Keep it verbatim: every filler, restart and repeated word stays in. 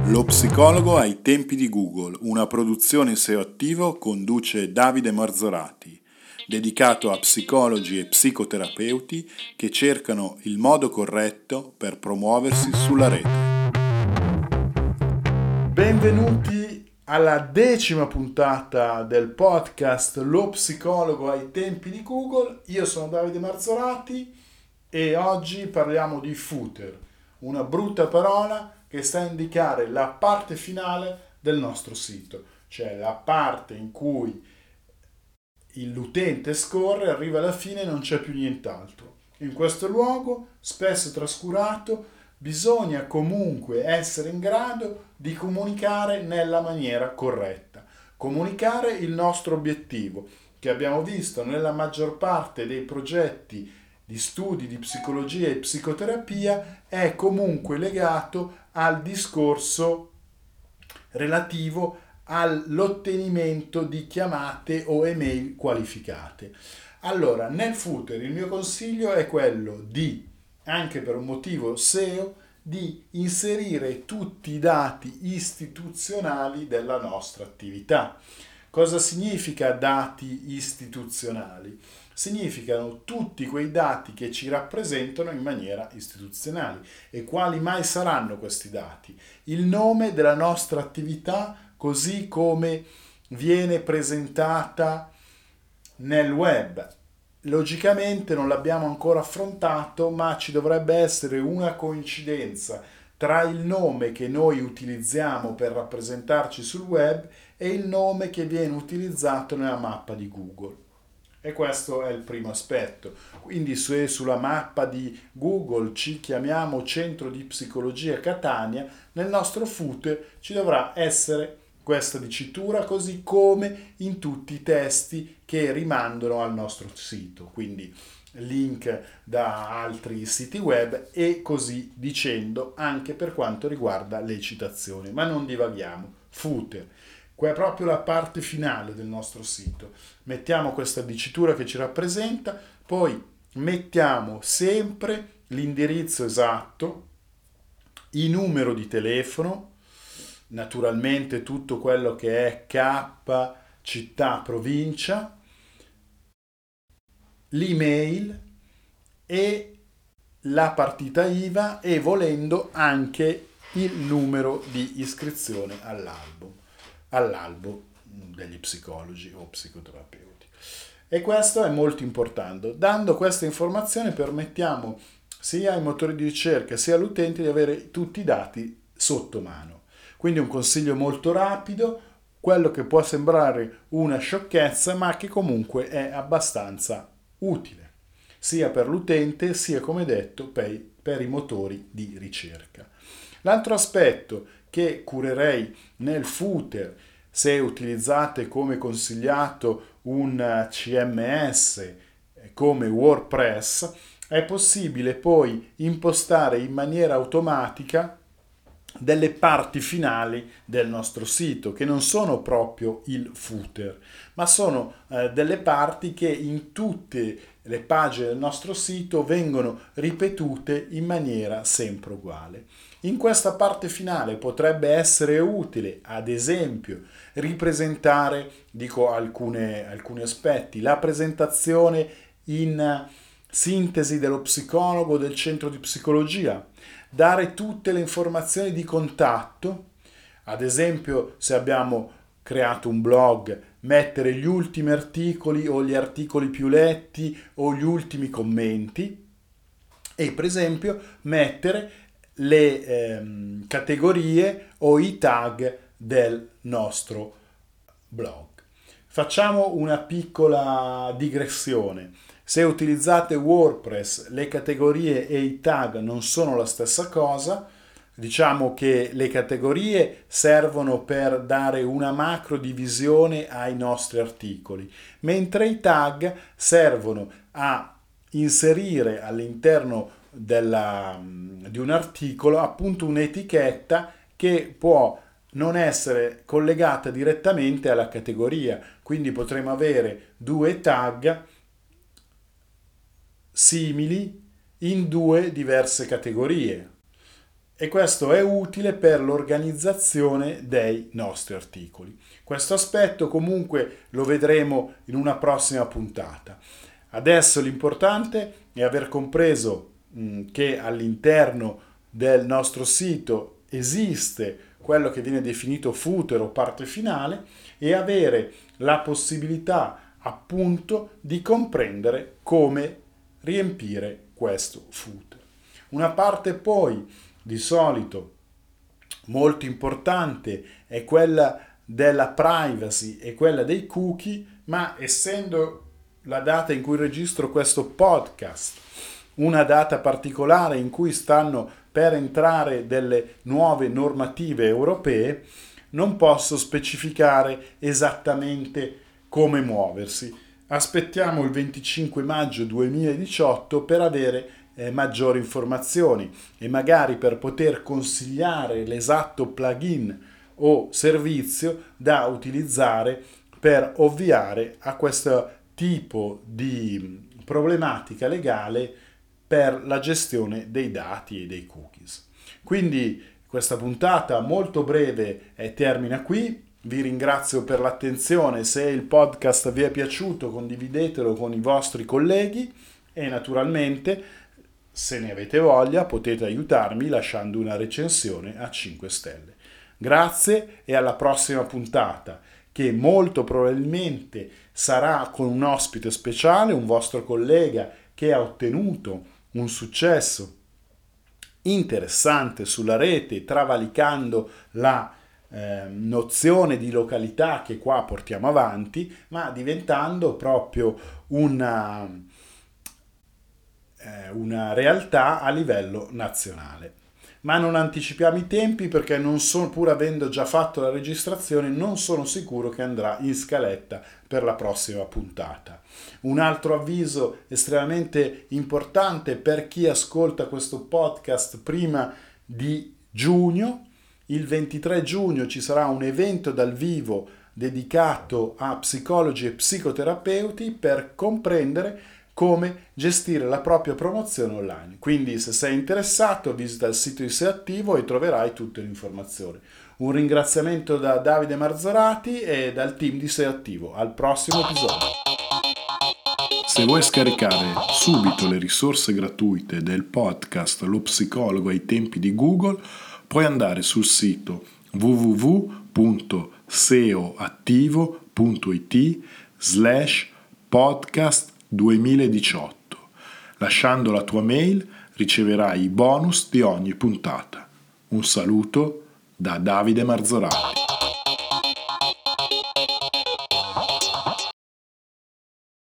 Lo psicologo ai tempi di Google, una produzione S E O attivo, conduce Davide Marzorati, dedicato a psicologi e psicoterapeuti che cercano il modo corretto per promuoversi sulla rete. Benvenuti alla decima puntata del podcast Lo psicologo ai tempi di Google. Io sono Davide Marzorati e oggi parliamo di footer, una brutta parola che sta a indicare la parte finale del nostro sito, cioè la parte in cui l'utente scorre, arriva alla fine e non c'è più nient'altro. In questo luogo, spesso trascurato, bisogna comunque essere in grado di comunicare nella maniera corretta, comunicare il nostro obiettivo, che abbiamo visto nella maggior parte dei progetti di studi di psicologia e psicoterapia, è comunque legato al discorso relativo all'ottenimento di chiamate o email qualificate. Allora, nel footer il mio consiglio è quello di, anche per un motivo S E O, di inserire tutti i dati istituzionali della nostra attività. Cosa significa dati istituzionali? Significano tutti quei dati che ci rappresentano in maniera istituzionale. E quali mai saranno questi dati? Il nome della nostra attività così come viene presentata nel web. Logicamente non l'abbiamo ancora affrontato, ma ci dovrebbe essere una coincidenza tra il nome che noi utilizziamo per rappresentarci sul web e il nome che viene utilizzato nella mappa di Google. E questo è il primo aspetto. Quindi se sulla mappa di Google ci chiamiamo Centro di Psicologia Catania, nel nostro footer ci dovrà essere questa dicitura, così come in tutti i testi che rimandano al nostro sito, quindi link da altri siti web e così dicendo anche per quanto riguarda le citazioni. Ma non divaghiamo. Footer, qua è proprio la parte finale del nostro sito. Mettiamo questa dicitura che ci rappresenta, poi mettiamo sempre l'indirizzo esatto, il numero di telefono, naturalmente tutto quello che è K, città, provincia, l'email e la partita I V A e volendo anche il numero di iscrizione all'albo, all'albo degli psicologi o psicoterapeuti. E questo è molto importante. Dando queste informazioni permettiamo sia ai motori di ricerca sia all'utente di avere tutti i dati sotto mano. Quindi un consiglio molto rapido, quello che può sembrare una sciocchezza, ma che comunque è abbastanza utile, sia per l'utente sia, come detto, per, per i motori di ricerca. L'altro aspetto che curerei nel footer, se utilizzate come consigliato un C M S come WordPress, è possibile poi impostare in maniera automatica delle parti finali del nostro sito, che non sono proprio il footer, ma sono eh, delle parti che in tutte le pagine del nostro sito vengono ripetute in maniera sempre uguale. In questa parte finale potrebbe essere utile, ad esempio, ripresentare, dico alcune, alcuni aspetti, la presentazione in sintesi dello psicologo del centro di psicologia, dare tutte le informazioni di contatto, ad esempio se abbiamo creato un blog, mettere gli ultimi articoli o gli articoli più letti o gli ultimi commenti e per esempio mettere le ehm, categorie o i tag del nostro blog. Facciamo una piccola digressione. Se utilizzate WordPress, le categorie e i tag non sono la stessa cosa. Diciamo che le categorie servono per dare una macro divisione ai nostri articoli, mentre i tag servono a inserire all'interno della, di un articolo appunto un'etichetta che può non essere collegata direttamente alla categoria, quindi potremo avere due tag simili in due diverse categorie. e questo è utile per l'organizzazione dei nostri articoli. Questo aspetto comunque lo vedremo in una prossima puntata. Adesso l'importante è aver compreso mh, che all'interno del nostro sito esiste quello che viene definito footer o parte finale e avere la possibilità appunto di comprendere come riempire questo footer. Una parte poi di solito molto importante è quella della privacy e quella dei cookie, ma essendo la data in cui registro questo podcast una data particolare in cui stanno per entrare delle nuove normative europee, non posso specificare esattamente come muoversi. Aspettiamo il venticinque maggio duemiladiciotto per avere eh, maggiori informazioni e magari per poter consigliare l'esatto plugin o servizio da utilizzare per ovviare a questo tipo di problematica legale per la gestione dei dati e dei cookies. Quindi questa puntata molto breve eh, termina qui. Vi ringrazio per l'attenzione. Se il podcast vi è piaciuto, condividetelo con i vostri colleghi e naturalmente, se ne avete voglia, potete aiutarmi lasciando una recensione a cinque stelle. Grazie e alla prossima puntata, che molto probabilmente sarà con un ospite speciale, un vostro collega che ha ottenuto un successo interessante sulla rete, travalicando la eh, nozione di località che qua portiamo avanti, ma diventando proprio una, eh, una realtà a livello nazionale. Ma non anticipiamo i tempi perché non sono, pur avendo già fatto la registrazione, non sono sicuro che andrà in scaletta per la prossima puntata. Un altro avviso estremamente importante per chi ascolta questo podcast prima di giugno: il ventitré giugno ci sarà un evento dal vivo dedicato a psicologi e psicoterapeuti per comprendere come gestire la propria promozione online. Quindi se sei interessato visita il sito di SEOattivo e troverai tutte le informazioni. Un ringraziamento da Davide Marzorati e dal team di SEOattivo. Al prossimo episodio. Se vuoi scaricare subito le risorse gratuite del podcast Lo Psicologo ai tempi di Google, puoi andare sul sito w w w punto seoattivo punto it slash podcast duemiladiciotto. Lasciando la tua mail riceverai i bonus di ogni puntata. Un saluto da Davide Marzorati.